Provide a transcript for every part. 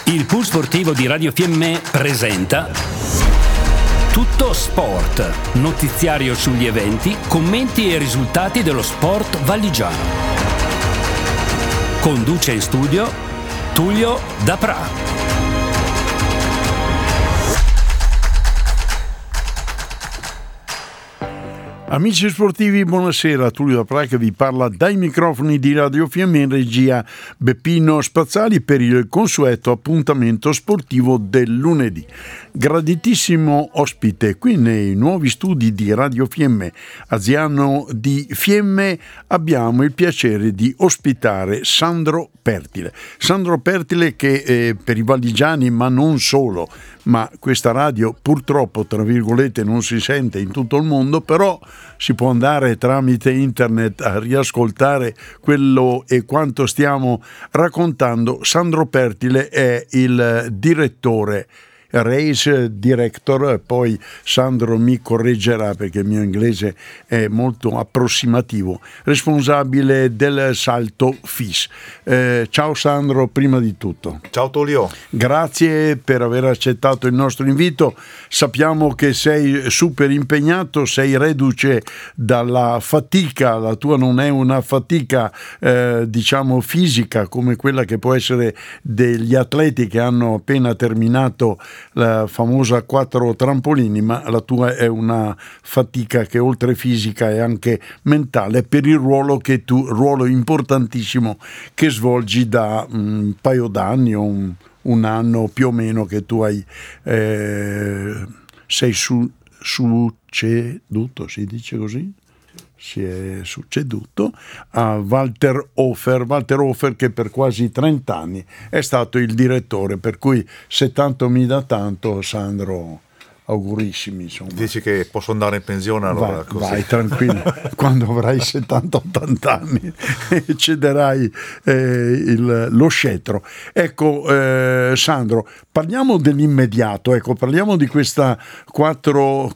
Il pool sportivo di Radio Fiemme presenta Tutto Sport, notiziario sugli eventi, commenti e risultati dello sport valigiano. Conduce in studio Tullio Dapra. Amici sportivi, buonasera. Tullio Dapra che vi parla dai microfoni di Radio Fiemme, in regia Beppino Spazzali per il consueto appuntamento sportivo del lunedì. Graditissimo ospite qui nei nuovi studi di Radio Fiemme, Aziano di Fiemme, abbiamo il piacere di ospitare Sandro Pertile. Sandro Pertile che per i valigiani, ma non solo, ma questa radio purtroppo, tra virgolette, non si sente in tutto il mondo, però si può andare tramite internet a riascoltare quello e quanto stiamo raccontando. Sandro Pertile è il direttore, race director, poi Sandro mi correggerà perché il mio inglese è molto approssimativo, responsabile del salto FIS. Ciao Sandro, prima di tutto. Ciao Tullio. Grazie per aver accettato il nostro invito. Sappiamo che sei super impegnato, sei reduce dalla fatica, la tua non è una fatica diciamo fisica come quella che può essere degli atleti che hanno appena terminato la famosa 4 trampolini, ma la tua è una fatica che oltre fisica è anche mentale per il ruolo importantissimo che svolgi da un paio d'anni o un anno più o meno che tu hai sei succeduto, si dice così? Si è succeduto a Walter Hofer che per quasi 30 anni è stato il direttore, per cui se tanto mi dà tanto, Sandro, augurissimi, insomma. Dici che posso andare in pensione allora? Vai tranquillo, quando avrai 70-80 anni cederai lo scettro. Ecco, Sandro, parliamo dell'immediato, parliamo di questa 4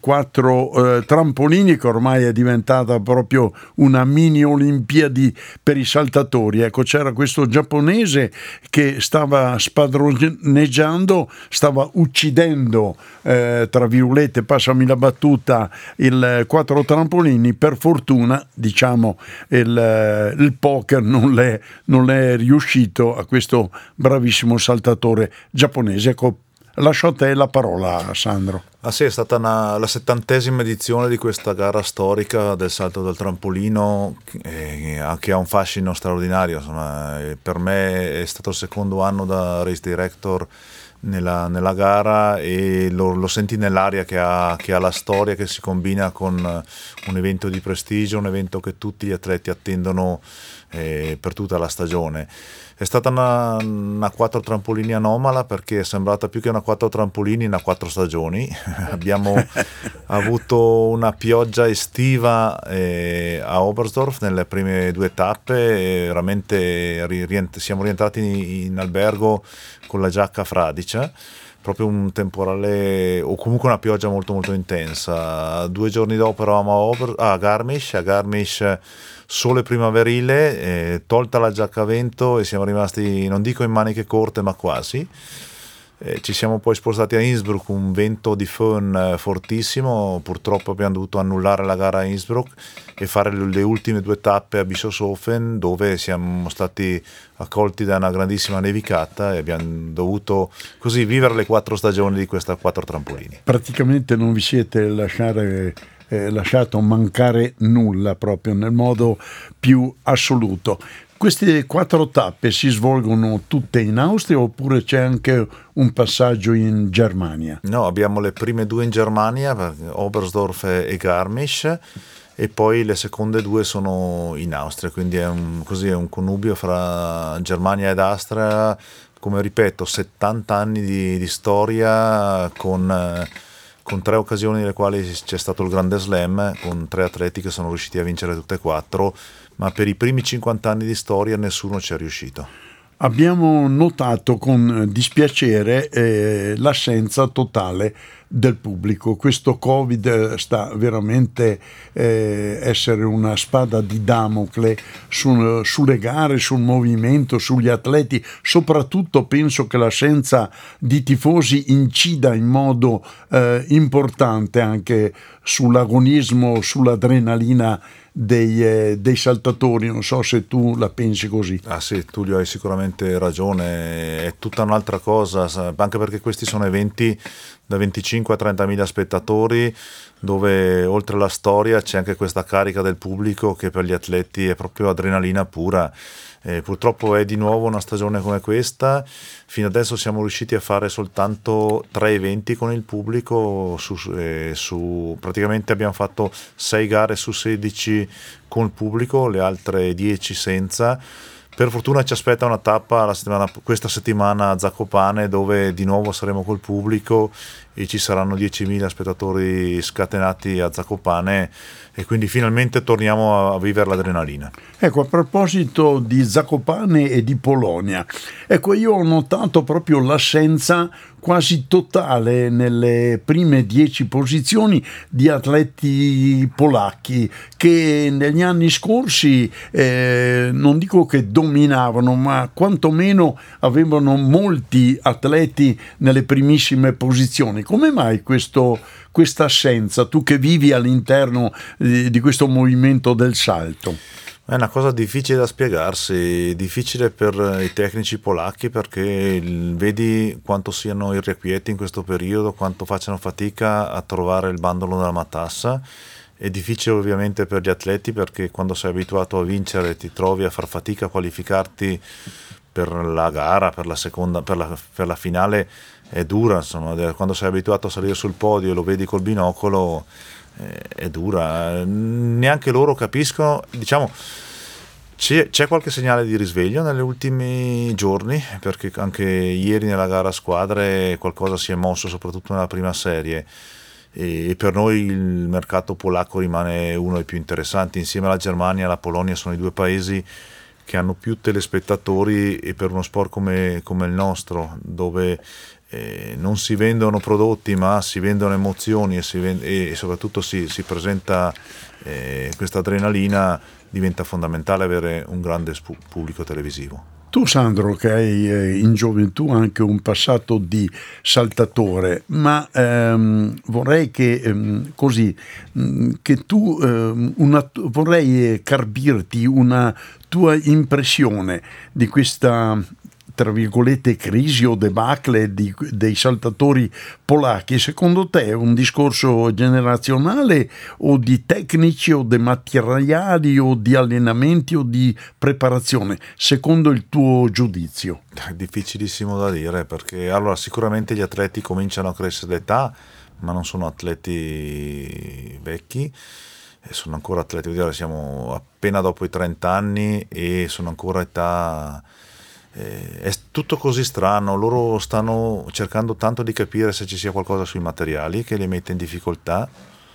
trampolini che ormai è diventata proprio una mini Olimpiadi per i saltatori. Ecco, c'era questo giapponese che stava spadroneggiando, stava uccidendo tra virgolette, passami la battuta, il 4 trampolini. Per fortuna, diciamo, il poker non è riuscito a questo bravissimo saltatore giapponese. Ecco, lascio a te la parola, Sandro. Sì, è stata la 70ª edizione di questa gara storica del salto del trampolino, che ha un fascino straordinario. Insomma, per me è stato il secondo anno da race director nella gara e lo senti nell'aria che ha la storia, che si combina con un evento di prestigio, un evento che tutti gli atleti attendono per tutta la stagione. È stata una 4 trampolini anomala, perché è sembrata più che una 4 trampolini, una 4 stagioni. Abbiamo avuto una pioggia estiva a Oberstdorf nelle prime 2 tappe, e veramente siamo rientrati in albergo con la giacca fradicia, proprio un temporale o comunque una pioggia molto molto intensa. 2 giorni dopo eravamo a Garmisch, sole primaverile, tolta la giacca a vento, e siamo rimasti, non dico in maniche corte, ma quasi. Ci siamo poi spostati a Innsbruck, un vento di Föhn fortissimo. Purtroppo abbiamo dovuto annullare la gara a Innsbruck e fare le ultime 2 tappe a Bischofshofen, dove siamo stati accolti da una grandissima nevicata e abbiamo dovuto così vivere le 4 stagioni di questa 4 trampolini. Praticamente non vi siete lasciato mancare nulla, proprio nel modo più assoluto. Queste 4 tappe si svolgono tutte in Austria oppure c'è anche un passaggio in Germania? No, abbiamo le prime 2 in Germania, Oberstdorf e Garmisch, e poi le seconde 2 sono in Austria, quindi è un connubio fra Germania ed Austria. Come ripeto, 70 anni di storia con 3 occasioni nelle quali c'è stato il Grande Slam, con 3 atleti che sono riusciti a vincere tutte e 4, ma per i primi 50 anni di storia nessuno ci è riuscito. Abbiamo notato con dispiacere l'assenza totale del pubblico. Questo Covid sta veramente essere una spada di Damocle sulle gare, sul movimento, sugli atleti. Soprattutto penso che l'assenza di tifosi incida in modo importante anche sull'agonismo, sull'adrenalina dei saltatori. Non so se tu la pensi così. Ah sì, Tullio, hai sicuramente ragione, è tutta un'altra cosa, anche perché questi sono eventi da 25 a 30 mila spettatori, dove oltre alla storia c'è anche questa carica del pubblico che per gli atleti è proprio adrenalina pura. Purtroppo è di nuovo una stagione come questa. Fino adesso siamo riusciti a fare soltanto 3 eventi con il pubblico, praticamente abbiamo fatto 6 gare su 16 con il pubblico, le altre 10 senza. Per fortuna ci aspetta una tappa questa settimana a Zakopane, dove di nuovo saremo col pubblico e ci saranno 10.000 spettatori scatenati a Zakopane, e quindi finalmente torniamo a vivere l'adrenalina. Ecco, a proposito di Zakopane e di Polonia, ecco, io ho notato proprio l'assenza quasi totale nelle prime 10 posizioni di atleti polacchi che negli anni scorsi non dico che dominavano, ma quantomeno avevano molti atleti nelle primissime posizioni. Come mai questa assenza, tu che vivi all'interno di questo movimento del salto? È una cosa difficile da spiegarsi, difficile per i tecnici polacchi, perché vedi quanto siano irrequieti in questo periodo, quanto facciano fatica a trovare il bandolo della matassa. È difficile ovviamente per gli atleti, perché quando sei abituato a vincere ti trovi a far fatica a qualificarti per la gara, per la seconda, per la finale è dura, insomma. Quando sei abituato a salire sul podio e lo vedi col binocolo è dura, neanche loro capiscono, diciamo. C'è qualche segnale di risveglio negli ultimi giorni, perché anche ieri nella gara a squadre qualcosa si è mosso, soprattutto nella prima serie, e per noi il mercato polacco rimane uno dei più interessanti. Insieme alla Germania e alla Polonia sono i 2 paesi che hanno più telespettatori, e per uno sport come il nostro, dove non si vendono prodotti ma si vendono emozioni e soprattutto si presenta questa adrenalina, diventa fondamentale avere un grande pubblico televisivo. Tu, Sandro, che hai in gioventù anche un passato di saltatore, ma vorrei che che tu vorrei carbirti una tua impressione di questa, tra virgolette, crisi o debacle dei saltatori polacchi. Secondo te è un discorso generazionale, o di tecnici, o di materiali, o di allenamenti, o di preparazione, secondo il tuo giudizio? È difficilissimo da dire, perché allora sicuramente gli atleti cominciano a crescere d'età, ma non sono atleti vecchi, sono ancora atleti, siamo appena dopo i 30 anni e sono ancora età. È tutto così strano, loro stanno cercando tanto di capire se ci sia qualcosa sui materiali che li mette in difficoltà,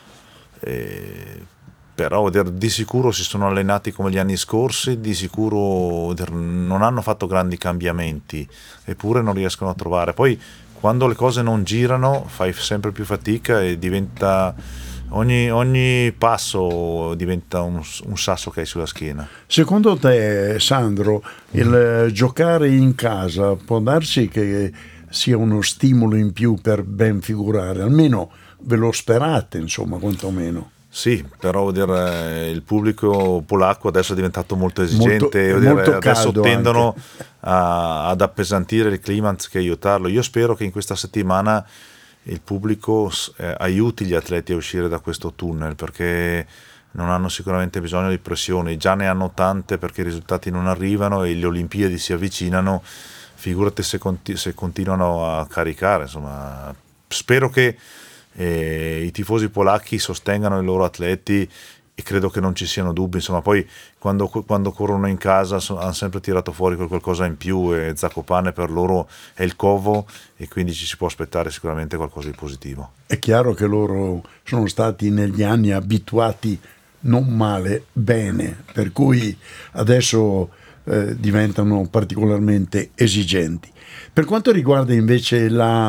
però di sicuro si sono allenati come gli anni scorsi, di sicuro non hanno fatto grandi cambiamenti, eppure non riescono a trovare. Poi quando le cose non girano fai sempre più fatica e diventa... Ogni passo diventa un sasso che hai sulla schiena. Secondo te, Sandro, il giocare in casa può darsi che sia uno stimolo in più per ben figurare? Almeno ve lo sperate, insomma, quantomeno. Sì, però il pubblico polacco adesso è diventato molto esigente, molto adesso tendono anche ad appesantire il clima anziché aiutarlo. Io spero che in questa settimana il pubblico aiuti gli atleti a uscire da questo tunnel, perché non hanno sicuramente bisogno di pressioni, già ne hanno tante perché i risultati non arrivano e le Olimpiadi si avvicinano, figurati se continuano a caricare. Insomma, spero che i tifosi polacchi sostengano i loro atleti, e credo che non ci siano dubbi. Insomma, poi quando corrono in casa hanno sempre tirato fuori qualcosa in più, e Zakopane per loro è il covo, e quindi ci si può aspettare sicuramente qualcosa di positivo. È chiaro che loro sono stati negli anni abituati non male, bene, per cui adesso diventano particolarmente esigenti. Per quanto riguarda invece la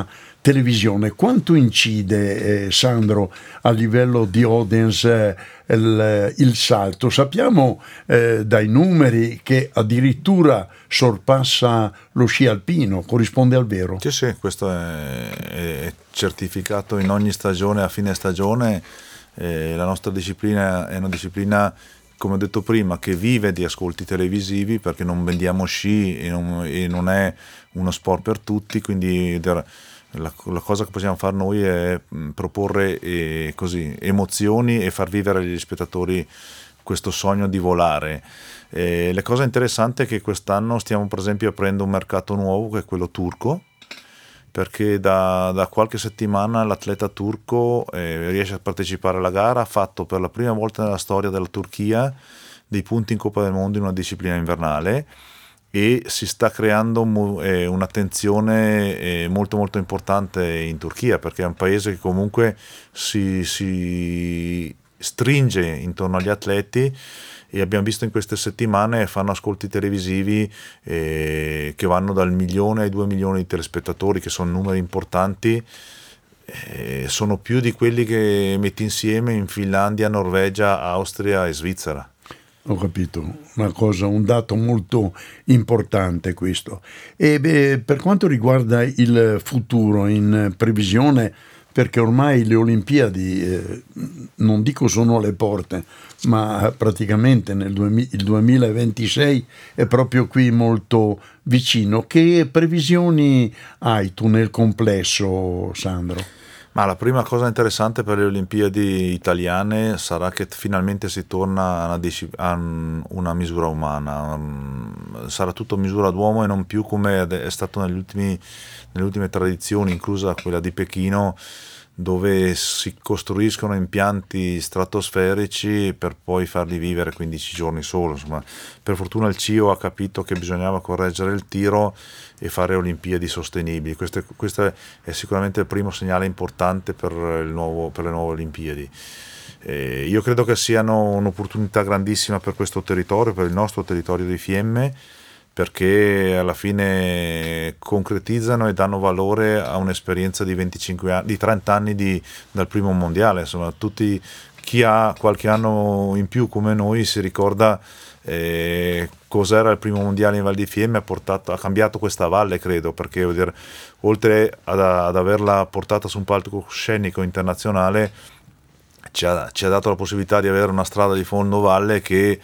televisione. Quanto incide, Sandro, a livello di audience il salto? Sappiamo dai numeri che addirittura sorpassa lo sci alpino, corrisponde al vero? Sì, questo è certificato in ogni stagione, a fine stagione. La nostra disciplina è una disciplina, come ho detto prima, che vive di ascolti televisivi, perché non vendiamo sci e non è uno sport per tutti, quindi la cosa che possiamo fare noi è proporre così emozioni e far vivere agli spettatori questo sogno di volare. La cosa interessante è che quest'anno stiamo per esempio aprendo un mercato nuovo, che è quello turco, perché da qualche settimana l'atleta turco riesce a partecipare alla gara, ha fatto per la prima volta nella storia della Turchia dei punti in Coppa del Mondo in una disciplina invernale, e si sta creando un'attenzione molto molto importante in Turchia, perché è un paese che comunque si stringe intorno agli atleti, e abbiamo visto in queste settimane fanno ascolti televisivi che vanno dal 1 ai 2 milioni di telespettatori, che sono numeri importanti. Sono più di quelli che metti insieme in Finlandia, Norvegia, Austria e Svizzera. Ho capito, un dato molto importante questo. E per quanto riguarda il futuro, in previsione, perché ormai le Olimpiadi, non dico sono alle porte, ma praticamente il 2026 è proprio qui molto vicino. Che previsioni hai tu nel complesso, Sandro? Ma la prima cosa interessante per le Olimpiadi italiane sarà che finalmente si torna a una misura umana. Sarà tutto misura d'uomo e non più come è stato nelle ultime tradizioni, inclusa quella di Pechino, dove si costruiscono impianti stratosferici per poi farli vivere 15 giorni solo. Insomma, per fortuna il CIO ha capito che bisognava correggere il tiro e fare Olimpiadi sostenibili. Questo è sicuramente il primo segnale importante per le nuove Olimpiadi. Io credo che siano un'opportunità grandissima per questo territorio, per il nostro territorio di Fiemme, perché alla fine concretizzano e danno valore a un'esperienza di 25 anni, di 30 anni dal primo mondiale. Insomma, chi ha qualche anno in più come noi si ricorda cos'era il primo mondiale in Val di Fiemme, ha cambiato questa valle, credo, perché oltre ad averla portata su un palcoscenico internazionale, ci ha dato la possibilità di avere una strada di fondovalle che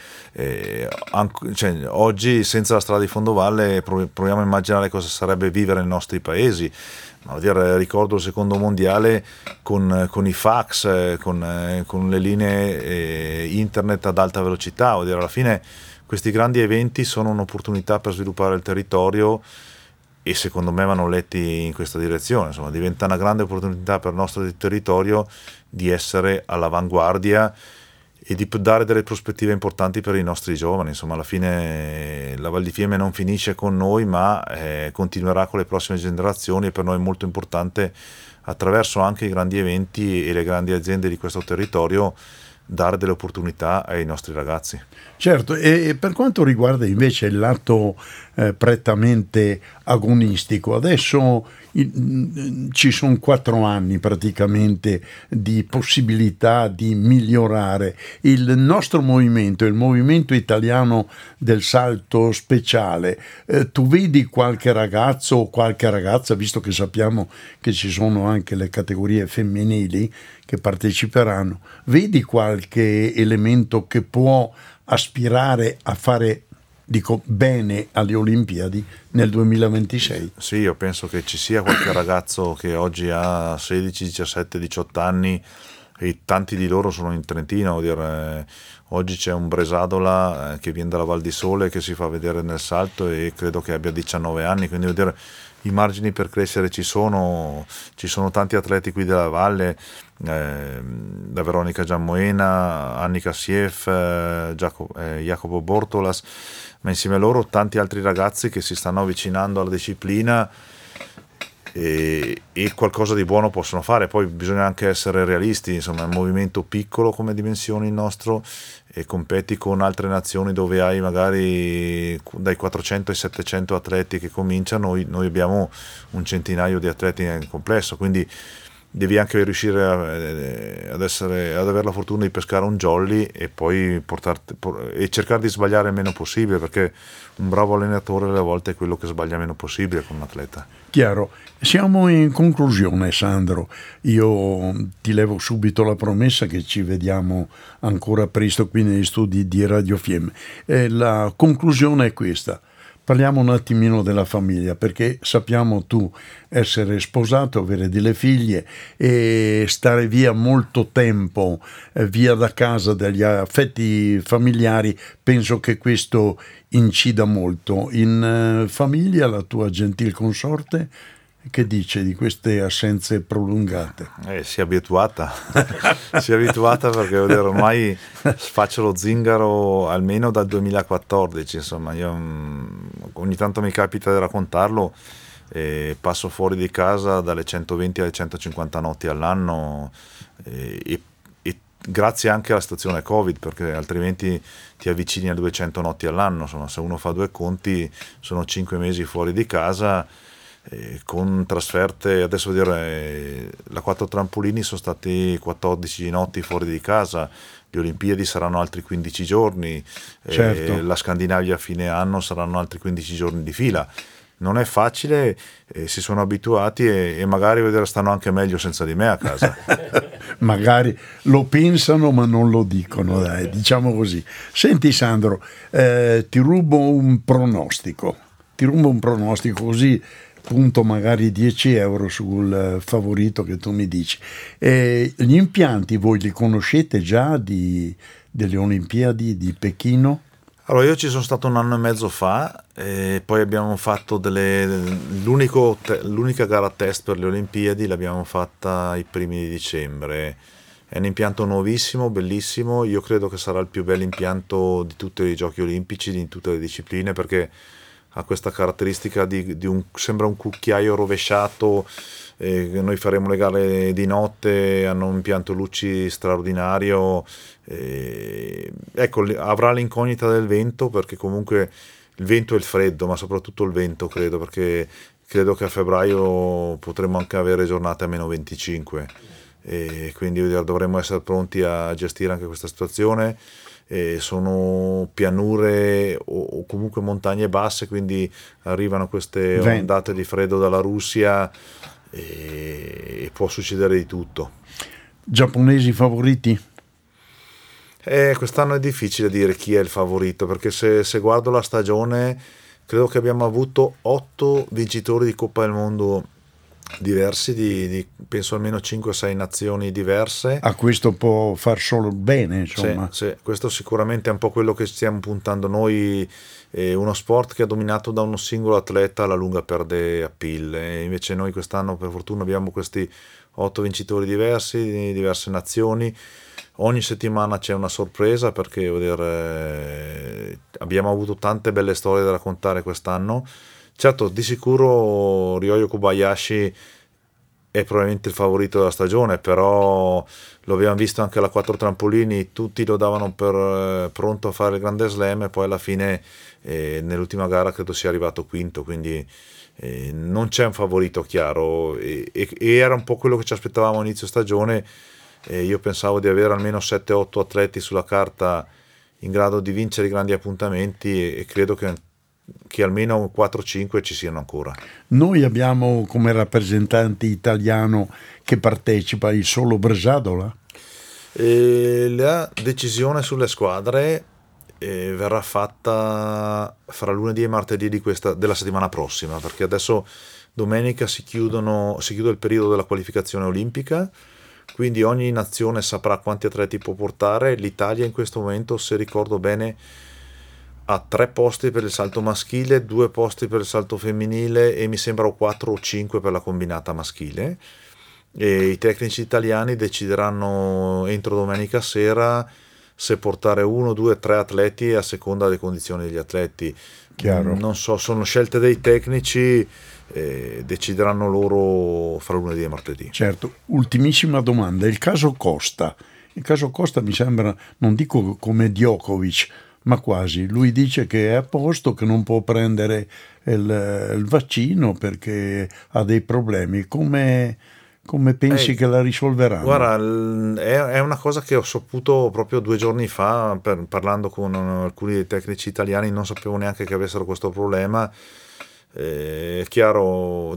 oggi senza la strada di fondovalle proviamo a immaginare cosa sarebbe vivere nei nostri paesi. Ricordo il secondo mondiale con i fax, con le linee internet ad alta velocità. Alla fine questi grandi eventi sono un'opportunità per sviluppare il territorio, e secondo me vanno letti in questa direzione. Insomma, diventa una grande opportunità per il nostro territorio di essere all'avanguardia e di dare delle prospettive importanti per i nostri giovani. Insomma, alla fine la Val di Fiemme non finisce con noi, ma continuerà con le prossime generazioni, e per noi è molto importante, attraverso anche i grandi eventi e le grandi aziende di questo territorio, dare delle opportunità ai nostri ragazzi. Certo, e per quanto riguarda invece il lato prettamente agonistico, adesso ci sono 4 anni praticamente di possibilità di migliorare. Il nostro movimento, il movimento italiano del salto speciale, tu vedi qualche ragazzo o qualche ragazza, visto che sappiamo che ci sono anche le categorie femminili che parteciperanno, vedi qualche elemento che può aspirare a fare, bene alle Olimpiadi nel 2026? Sì, io penso che ci sia qualche ragazzo che oggi ha 16, 17, 18 anni, e tanti di loro sono in Trentino. Oggi c'è un Bresadola che viene dalla Val di Sole, che si fa vedere nel salto, e credo che abbia 19 anni, quindi i margini per crescere ci sono tanti atleti qui della valle, da Veronica Giammoena, Annika Sief, Jacopo Bortolas, ma insieme a loro tanti altri ragazzi che si stanno avvicinando alla disciplina, e qualcosa di buono possono fare. Poi bisogna anche essere realisti, insomma è un movimento piccolo come dimensioni il nostro, e competi con altre nazioni dove hai magari dai 400 ai 700 atleti che cominciano. Noi abbiamo un centinaio di atleti nel complesso, quindi devi anche riuscire ad avere la fortuna di pescare un jolly e poi e cercare di sbagliare il meno possibile, perché un bravo allenatore alle volte è quello che sbaglia meno possibile con un atleta. Chiaro. Siamo in conclusione, Sandro. Io ti levo subito la promessa che ci vediamo ancora presto qui negli studi di Radio Fiemme. La conclusione è questa. Parliamo un attimino della famiglia, perché sappiamo tu essere sposato, avere delle figlie e stare via molto tempo, via da casa, dagli affetti familiari. Penso che questo incida molto. In famiglia la tua gentil consorte che dice di queste assenze prolungate? Si è abituata, si è abituata, perché ormai faccio lo zingaro almeno dal 2014, insomma io ogni tanto mi capita di raccontarlo, passo fuori di casa dalle 120 alle 150 notti all'anno, e grazie anche alla situazione Covid, perché altrimenti ti avvicini a 200 notti all'anno. Insomma, se uno fa due conti sono 5 mesi fuori di casa, con trasferte. Adesso la 4 trampolini sono stati 14 notti fuori di casa, le Olimpiadi saranno altri 15 giorni, certo. La Scandinavia a fine anno saranno altri 15 giorni di fila. Non è facile, si sono abituati e magari stanno anche meglio senza di me a casa. Magari lo pensano ma non lo dicono, dai, diciamo così. Senti Sandro, ti rubo un pronostico così punto magari 10 euro sul favorito che tu mi dici. Gli impianti voi li conoscete già delle Olimpiadi di Pechino? Allora, io ci sono stato 1 anno e mezzo fa, e poi abbiamo fatto l'unica gara test per le Olimpiadi, l'abbiamo fatta i primi di dicembre. È un impianto nuovissimo, bellissimo. Io credo che sarà il più bel impianto di tutti i giochi olimpici, di tutte le discipline, perché ha questa caratteristica sembra un cucchiaio rovesciato. Noi faremo le gare di notte, hanno un impianto luci straordinario, ecco, avrà l'incognita del vento, perché comunque il vento e il freddo, ma soprattutto il vento, credo, perché credo che a febbraio potremo anche avere giornate a meno 25, e quindi dovremo essere pronti a gestire anche questa situazione. Sono pianure o comunque montagne basse, quindi arrivano queste ondate di freddo dalla Russia e può succedere di tutto. Giapponesi favoriti? Quest'anno è difficile dire chi è il favorito, perché se guardo la stagione credo che abbiamo avuto 8 vincitori di Coppa del Mondo diversi, di penso almeno 5-6 nazioni diverse. A questo può far solo bene, insomma. Sì, questo sicuramente è un po' quello che stiamo puntando noi, uno sport che è dominato da uno singolo atleta alla lunga perde appeal, e invece noi quest'anno per fortuna abbiamo questi 8 vincitori diversi di diverse nazioni. Ogni settimana c'è una sorpresa, perché abbiamo avuto tante belle storie da raccontare quest'anno. Certo, di sicuro Ryoyo Kobayashi è probabilmente il favorito della stagione, però lo abbiamo visto anche alla 4 trampolini, tutti lo davano per pronto a fare il grande slam, e poi alla fine nell'ultima gara credo sia arrivato quinto, quindi non c'è un favorito chiaro, e era un po' quello che ci aspettavamo a inizio stagione. Io pensavo di avere almeno 7-8 atleti sulla carta in grado di vincere i grandi appuntamenti, e credo che almeno 4-5 ci siano ancora. Noi abbiamo come rappresentante italiano che partecipa il solo Bresadola? La decisione sulle squadre verrà fatta fra lunedì e martedì della settimana prossima, perché adesso domenica si chiude il periodo della qualificazione olimpica, quindi ogni nazione saprà quanti atleti può portare. L'Italia in questo momento, se ricordo bene, ha 3 posti per il salto maschile, 2 posti per il salto femminile, e mi sembra 4 o 5 per la combinata maschile. E i tecnici italiani decideranno entro domenica sera se portare 1, 2, 3 atleti a seconda delle condizioni degli atleti. Chiaro. Non so, sono scelte dei tecnici, decideranno loro fra lunedì e martedì. Certo, ultimissima domanda, il caso Costa mi sembra, non dico come Djokovic, ma quasi. Lui dice che è a posto, che non può prendere il vaccino perché ha dei problemi. Come pensi che la risolveranno? Guarda, è una cosa che ho saputo proprio 2 giorni fa, parlando con alcuni dei tecnici italiani, non sapevo neanche che avessero questo problema. È chiaro,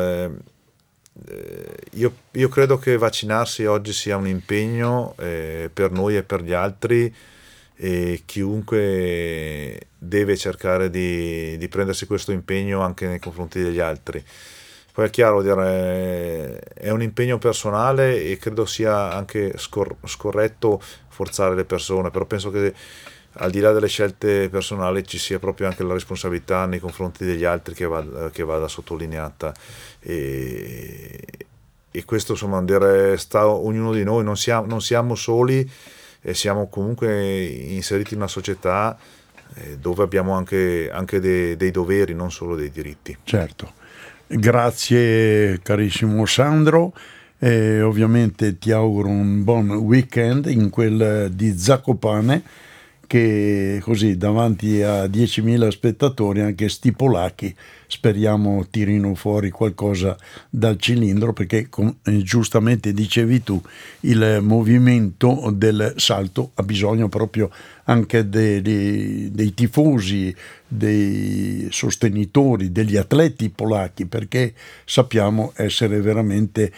io credo che vaccinarsi oggi sia un impegno per noi e per gli altri, e chiunque deve cercare di prendersi questo impegno anche nei confronti degli altri. Poi è chiaro, è un impegno personale e credo sia anche scorretto forzare le persone, però penso che al di là delle scelte personali ci sia proprio anche la responsabilità nei confronti degli altri che vada sottolineata, e questo insomma sta ognuno di noi, non siamo soli, e siamo comunque inseriti in una società dove abbiamo anche dei doveri, non solo dei diritti. Certo. Grazie carissimo Sandro, ovviamente ti auguro un buon weekend in quel di Zakopane, che così davanti a 10.000 spettatori anche sti polacchi speriamo tirino fuori qualcosa dal cilindro, perché giustamente dicevi tu, il movimento del salto ha bisogno proprio anche dei tifosi, dei sostenitori, degli atleti polacchi, perché sappiamo essere veramente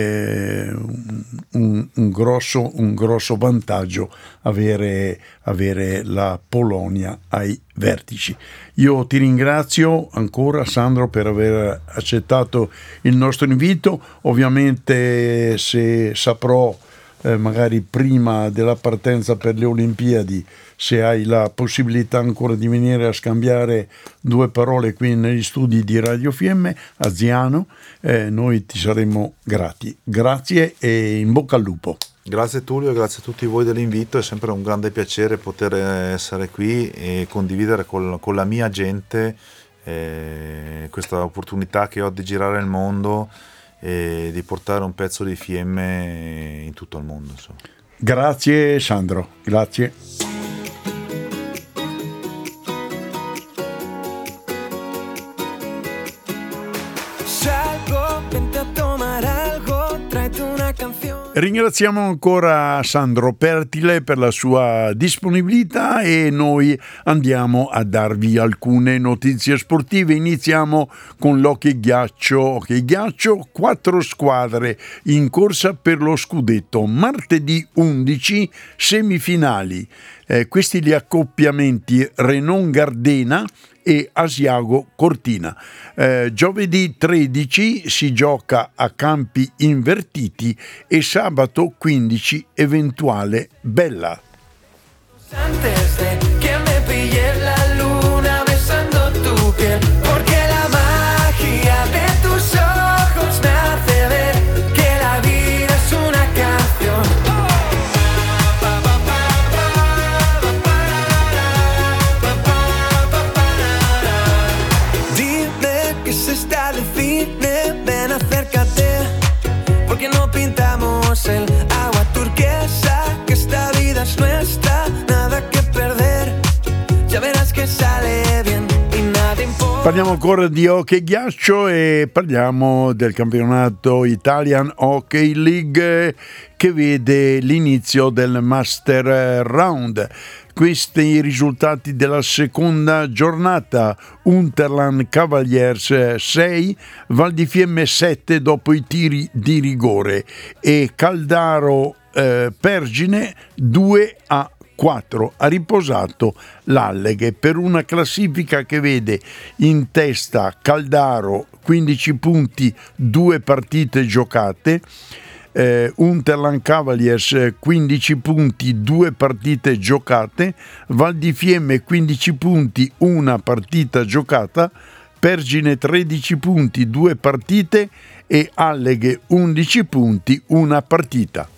un grosso vantaggio avere la Polonia ai vertici. Io ti ringrazio ancora Sandro per aver accettato il nostro invito. Ovviamente se saprò magari prima della partenza per le Olimpiadi, se hai la possibilità ancora di venire a scambiare 2 parole qui negli studi di Radio Fiemme a Ziano, noi ti saremo grati. Grazie e in bocca al lupo. Grazie Tullio, grazie a tutti voi dell'invito, è sempre un grande piacere poter essere qui e condividere con la mia gente questa opportunità che ho di girare il mondo e di portare un pezzo di Fiemme in tutto il mondo, insomma. Grazie Sandro, grazie. Ringraziamo ancora Sandro Pertile per la sua disponibilità e noi andiamo a darvi alcune notizie sportive. Iniziamo con l'hockey ghiaccio. Hockey ghiaccio, 4 squadre in corsa per lo scudetto. Martedì 11 semifinali. Questi gli accoppiamenti Renon-Gardena e Asiago Cortina. Giovedì 13 si gioca a campi invertiti e sabato 15 eventuale Bella. Antes de que me pille la luna besando tu piel, porque la magia de tus ojos me hace ver que la vida es una canción. Ven, acércate, porque no pintamos el agua turquesa, que esta vida es nuestra, nada que perder, ya verás que sale bien y nada importa. Parliamo ancora di hockey ghiaccio e parliamo del campionato Italian Hockey League, che vede l'inizio del Master Round. Questi i risultati della seconda giornata: Unterland Cavaliers 6, Val di Fiemme 7 dopo i tiri di rigore e Caldaro Pergine 2-4. Ha riposato l'Alleghe per una classifica che vede in testa Caldaro 15 punti, 2 partite giocate. Unterland Cavaliers 15 punti, 2 partite giocate, Val di Fiemme 15 punti, 1 partita giocata, Pergine 13 punti, 2 partite e Alleghe 11 punti, 1 partita.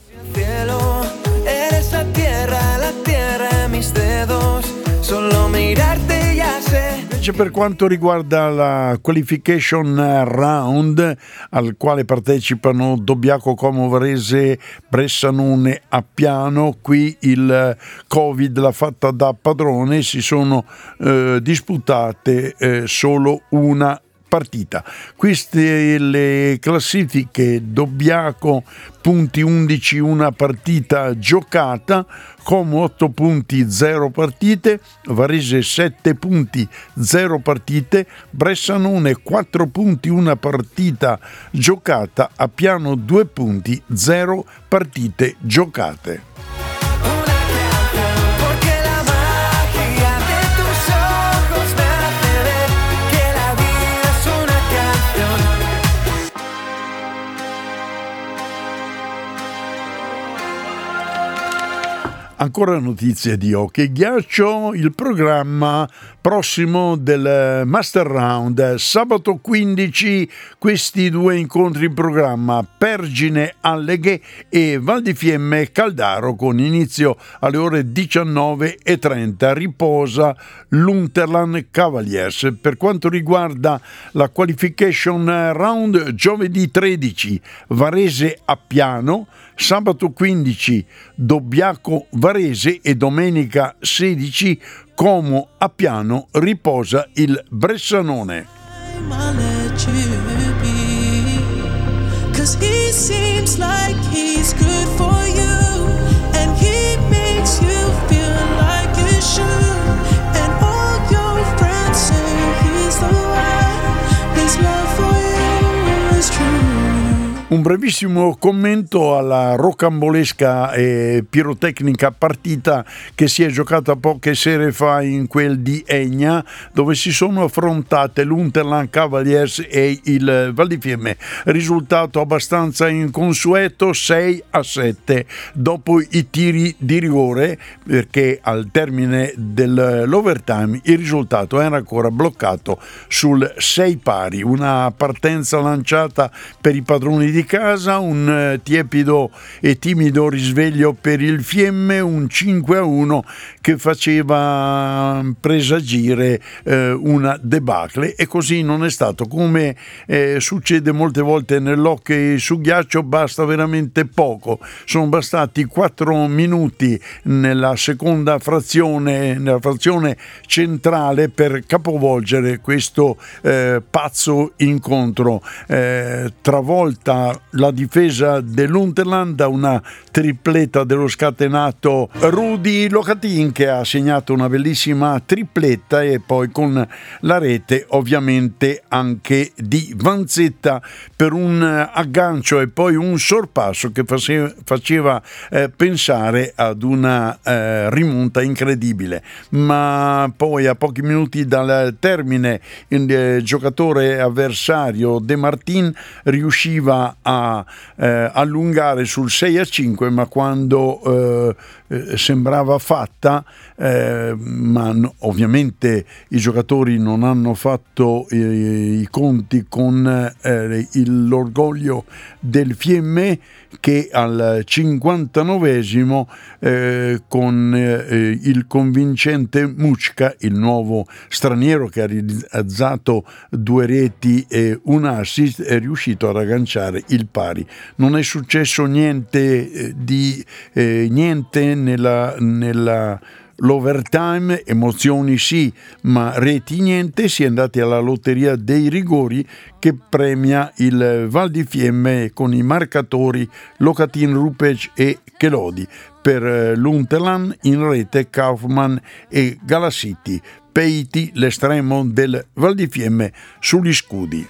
Solo mirarte ya sé Invece per quanto riguarda la qualification round al quale partecipano Dobbiaco, Como, Varese, Bressanone, Appiano, qui il Covid l'ha fatta da padrone, si sono disputate solo una partita. Queste le classifiche: Dobbiaco punti 11, una partita giocata, Como 8 punti, 0 partite, Varese 7 punti, 0 partite, Bressanone 4 punti, una partita giocata, Appiano 2 punti, 0 partite giocate. Ancora notizie di hockey ghiaccio, il programma prossimo del Master Round. Sabato 15 questi due incontri in programma: Pergine Alleghe e Val di Fiemme Caldaro, con inizio alle ore 19:30. Riposa l'Unterland Cavaliers. Per quanto riguarda la qualification round, giovedì 13 Varese Appiano, sabato 15 Dobbiaco Varese e domenica 16 Como Appiano. Riposa il Bressanone. Un brevissimo commento alla rocambolesca e pirotecnica partita che si è giocata poche sere fa in quel di Egna, dove si sono affrontate l'Unterland Cavaliers e il Val di Fiemme. Risultato abbastanza inconsueto, 6-7 dopo i tiri di rigore, perché al termine dell'overtime il risultato era ancora bloccato sul 6 pari. Una partenza lanciata per i padroni di casa, un tiepido e timido risveglio per il Fiemme, un 5-1 che faceva presagire una debacle, e così non è stato. Come succede molte volte nell'hockey su ghiaccio, basta veramente poco. Sono bastati 4 minuti nella seconda frazione, nella frazione centrale, per capovolgere questo pazzo incontro. Travolta la difesa dell'Unterland da una tripletta dello scatenato Rudy Locatin, che ha segnato una bellissima tripletta, e poi con la rete ovviamente anche di Vanzetta per un aggancio e poi un sorpasso che faceva pensare ad una rimonta incredibile. Ma poi, a pochi minuti dal termine, il giocatore avversario De Martin riusciva a allungare sul 6-5, ma quando sembrava fatta, ma ovviamente i giocatori non hanno fatto i conti con l'orgoglio del Fiemme, che al 59esimo con il convincente Mucca, il nuovo straniero che ha realizzato 2 reti e un assist, è riuscito a ragganciare il pari. Non è successo niente l'overtime, emozioni sì, ma reti niente. Si è andati alla lotteria dei rigori, che premia il Val di Fiemme con i marcatori Locatin, Rupec e Chelodi. Per l'Unterland in rete Kaufman e Galassiti. Peiti, l'estremo del Val di Fiemme, sugli scudi.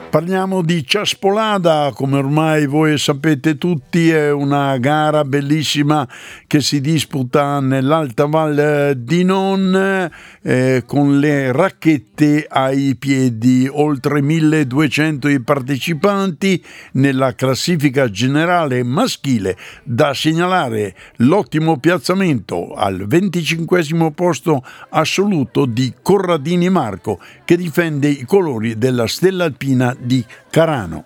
Parliamo di Ciaspolada, come ormai voi sapete tutti, è una gara bellissima che si disputa nell'Alta Val di Non con le racchette ai piedi. Oltre 1200 i partecipanti nella classifica generale maschile. Da segnalare l'ottimo piazzamento al 25° posto assoluto di Corradini Marco, che difende i colori della Stella Alpina di Carano.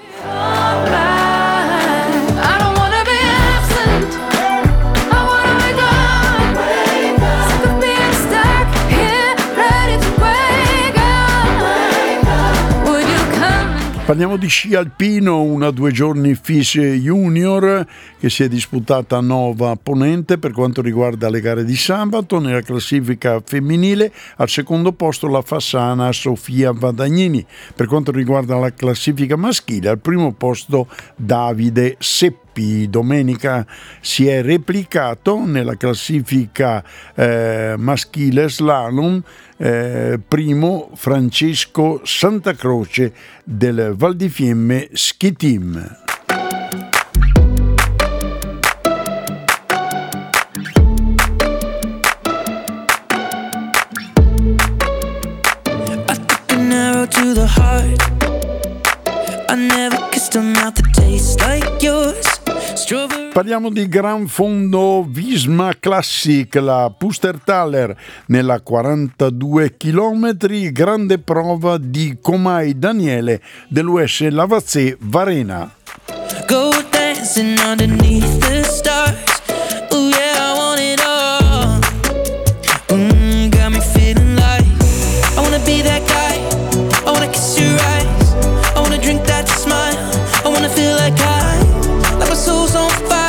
Parliamo di sci alpino, una 2 giorni FIS Junior che si è disputata a Nova Ponente per quanto riguarda le gare di sabato. Nella classifica femminile al secondo posto la fassana Sofia Vadagnini. Per quanto riguarda la classifica maschile al primo posto Davide Seppi. Domenica si è replicato nella classifica maschile slalom, primo Francesco Santacroce del Val di Fiemme Ski Team. Parliamo di Gran Fondo Visma Classic, la Pustertaler nella 42 km, grande prova di Comai Daniele dell'US Lavazze Varena. Go dancing underneath the stars. Ooh yeah, I want it all. Got me feeling like I wanna be that guy. I wanna kiss your eyes. I wanna drink that smile. I wanna feel like my soul's on fire.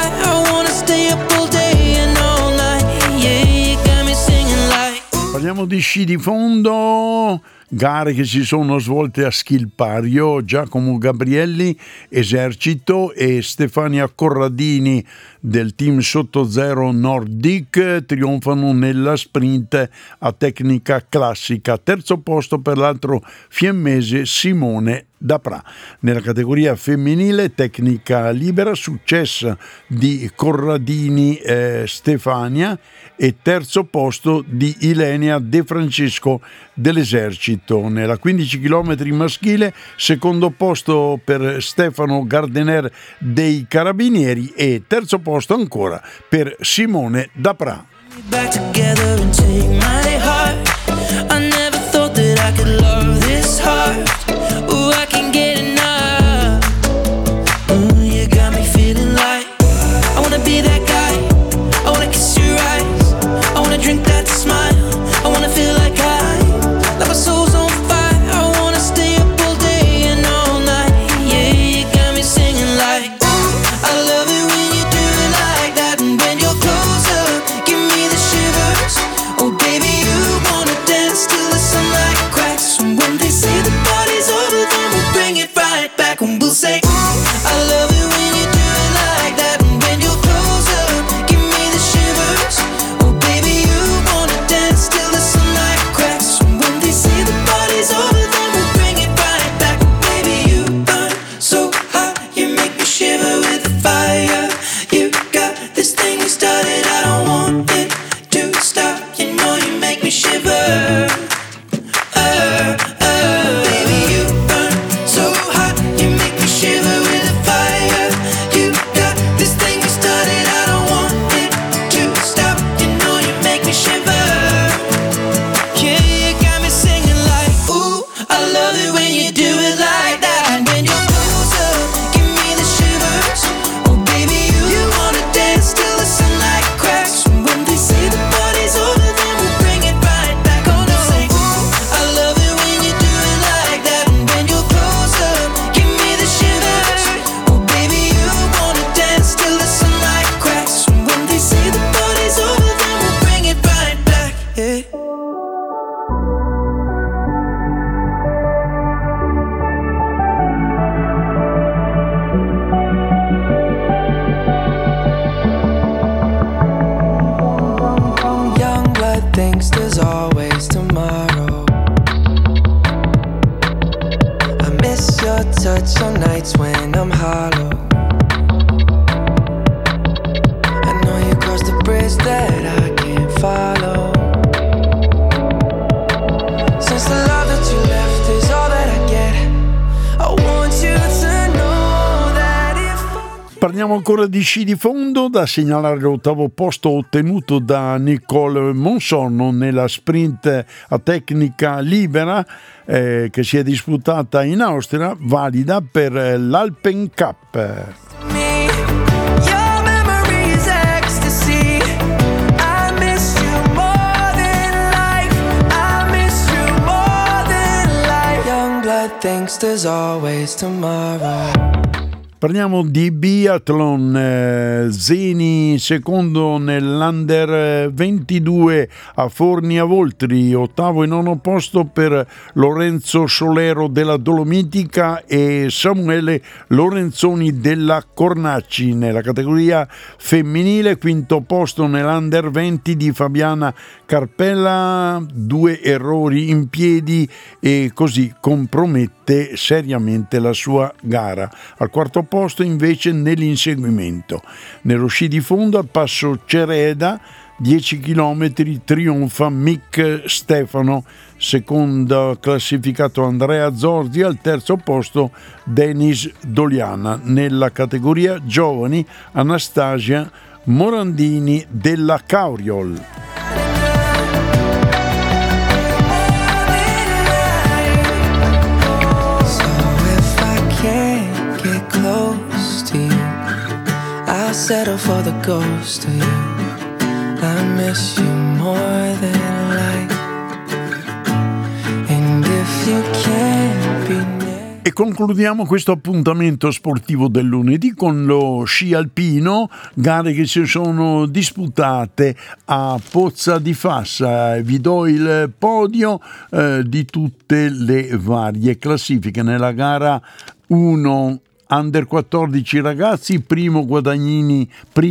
Parliamo di sci di fondo, gare che si sono svolte a Schilpario. Giacomo Gabrielli, Esercito, e Stefania Corradini del team Sotto Zero Nordic trionfano nella sprint a tecnica classica. Terzo posto per l'altro fiemmese Simone Dapra. Nella categoria femminile tecnica libera, successo di Corradini Stefania e terzo posto di Ilenia De Francesco dell'Esercito. Nella 15 km maschile secondo posto per Stefano Gardener dei Carabinieri e terzo posto ancora per Simone Dapra. Back together and take my heart. I never thought that I could love this hard. Ooh, I can't get enough. Ooh, you got me feeling like I wanna be that guy. I wanna kiss your eyes. I wanna drink that smile. I wanna feel like my soul's on fire. I wanna stay up all day and all night. Yeah, you got me singing like ooh, I love it when you do it like that. And when you're closer, give me the shivers. Oh baby, you your touch on nights when I'm hollow. I know you crossed the bridge that I can't follow. Since the love that you left is all that I get, I want you to know that if... Parliamo ancora di sci di fondo, da segnalare l'ottavo posto ottenuto da Nicole Monson nella sprint a tecnica libera che si è disputata in Austria, valida per l'Alpen Cup. Thinks there's always tomorrow. Parliamo di biathlon. Zeni secondo nell'Under 22 a Forni a Voltri, ottavo e nono posto per Lorenzo Solero della Dolomitica e Samuele Lorenzoni della Cornacci. Nella categoria femminile, quinto posto nell'Under 20 di Fabiana Carpella, 2 errori in piedi e così compromette seriamente la sua gara. Al quarto posto invece nell'inseguimento. Nello sci di fondo al passo Cereda, 10 km, trionfa Mick Stefano, secondo classificato Andrea Zorzi, al terzo posto Denis Doliana. Nella categoria giovani Anastasia Morandini della Cauriol. I'll settle for the ghost of you. I miss you more than life. And if you can't be near... E concludiamo questo appuntamento sportivo del lunedì con lo sci alpino, gare che si sono disputate a Pozza di Fassa. Vi do il podio di tutte le varie classifiche. Nella gara 1 Under 14 ragazzi, Guadagnini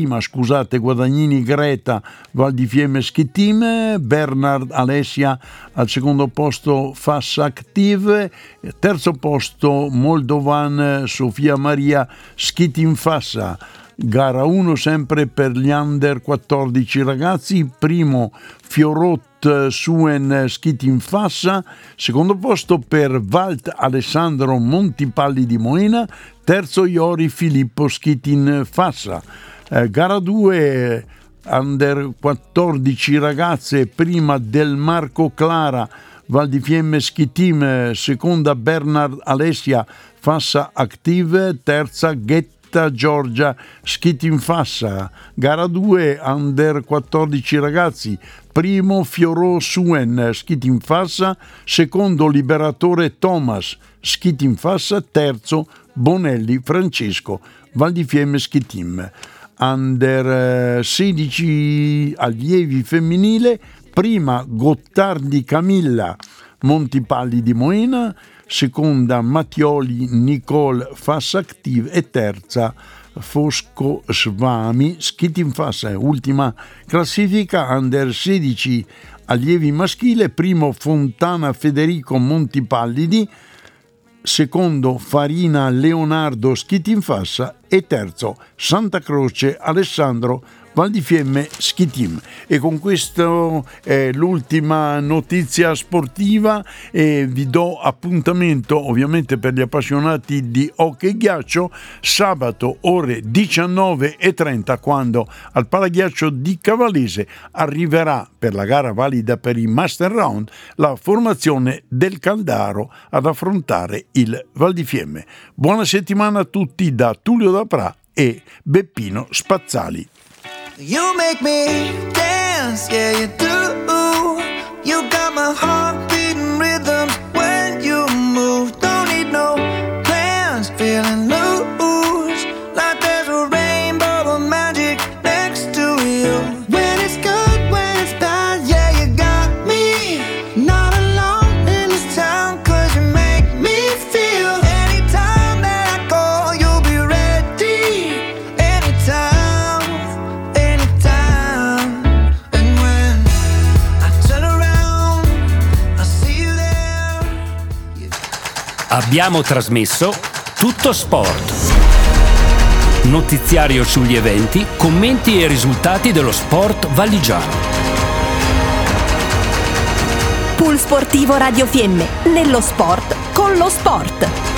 Greta, Val di Fiemme Ski Team, Bernard Alessia al secondo posto Fassa Active, terzo posto Moldovan Sofia Maria Ski Team Fassa. Gara 1 sempre per gli Under 14 ragazzi, primo Fiorot Suen Ski Team Fassa, secondo posto per Valt Alessandro Montipalli di Moena, terzo Iori Filippo Ski Team Fassa. Gara 2 Under 14 ragazze, prima Del Marco Clara Val di Fiemme Ski Team, seconda Bernard Alessia Fassa Active, terza Getta Giorgia Ski Team Fassa. Gara 2 Under 14 ragazzi, primo Fiorò Suen Ski Team Fassa, secondo Liberatore Thomas Ski Team Fassa, terzo Bonelli Francesco Val di Fiemme Ski Team. Under 16 allievi femminile, prima Gottardi Camilla Montipalli di Moena, seconda Mattioli Nicole Fassa Active e terza Fosco Svami Ski Team Fassa. Ultima classifica Under 16 allievi maschile, primo Fontana Federico Montipallidi, secondo Farina Leonardo Ski Team Fassa e terzo Santa Croce Alessandro Val di Fiemme Ski Team. E con questo è l'ultima notizia sportiva e vi do appuntamento ovviamente per gli appassionati di hockey ghiaccio sabato ore 19:30, quando al Palaghiaccio di Cavallese arriverà per la gara valida per i Master Round la formazione del Caldaro ad affrontare il Val di Fiemme. Buona settimana a tutti da Tullio Dapra e Beppino Spazzali. You make me dance, yeah you do. You got my heart beating rhythm when you move. Don't need no plans, feeling loose, like there's a rainbow of magic next to you. When it's good, when it's bad, yeah you got me. Not alone in this town, 'cause you make me feel. Anytime that I call, you'll be ready. Anytime. Abbiamo trasmesso Tutto Sport. Notiziario sugli eventi, commenti e risultati dello sport valligiano. Pool sportivo Radio Fiemme, nello sport con lo sport.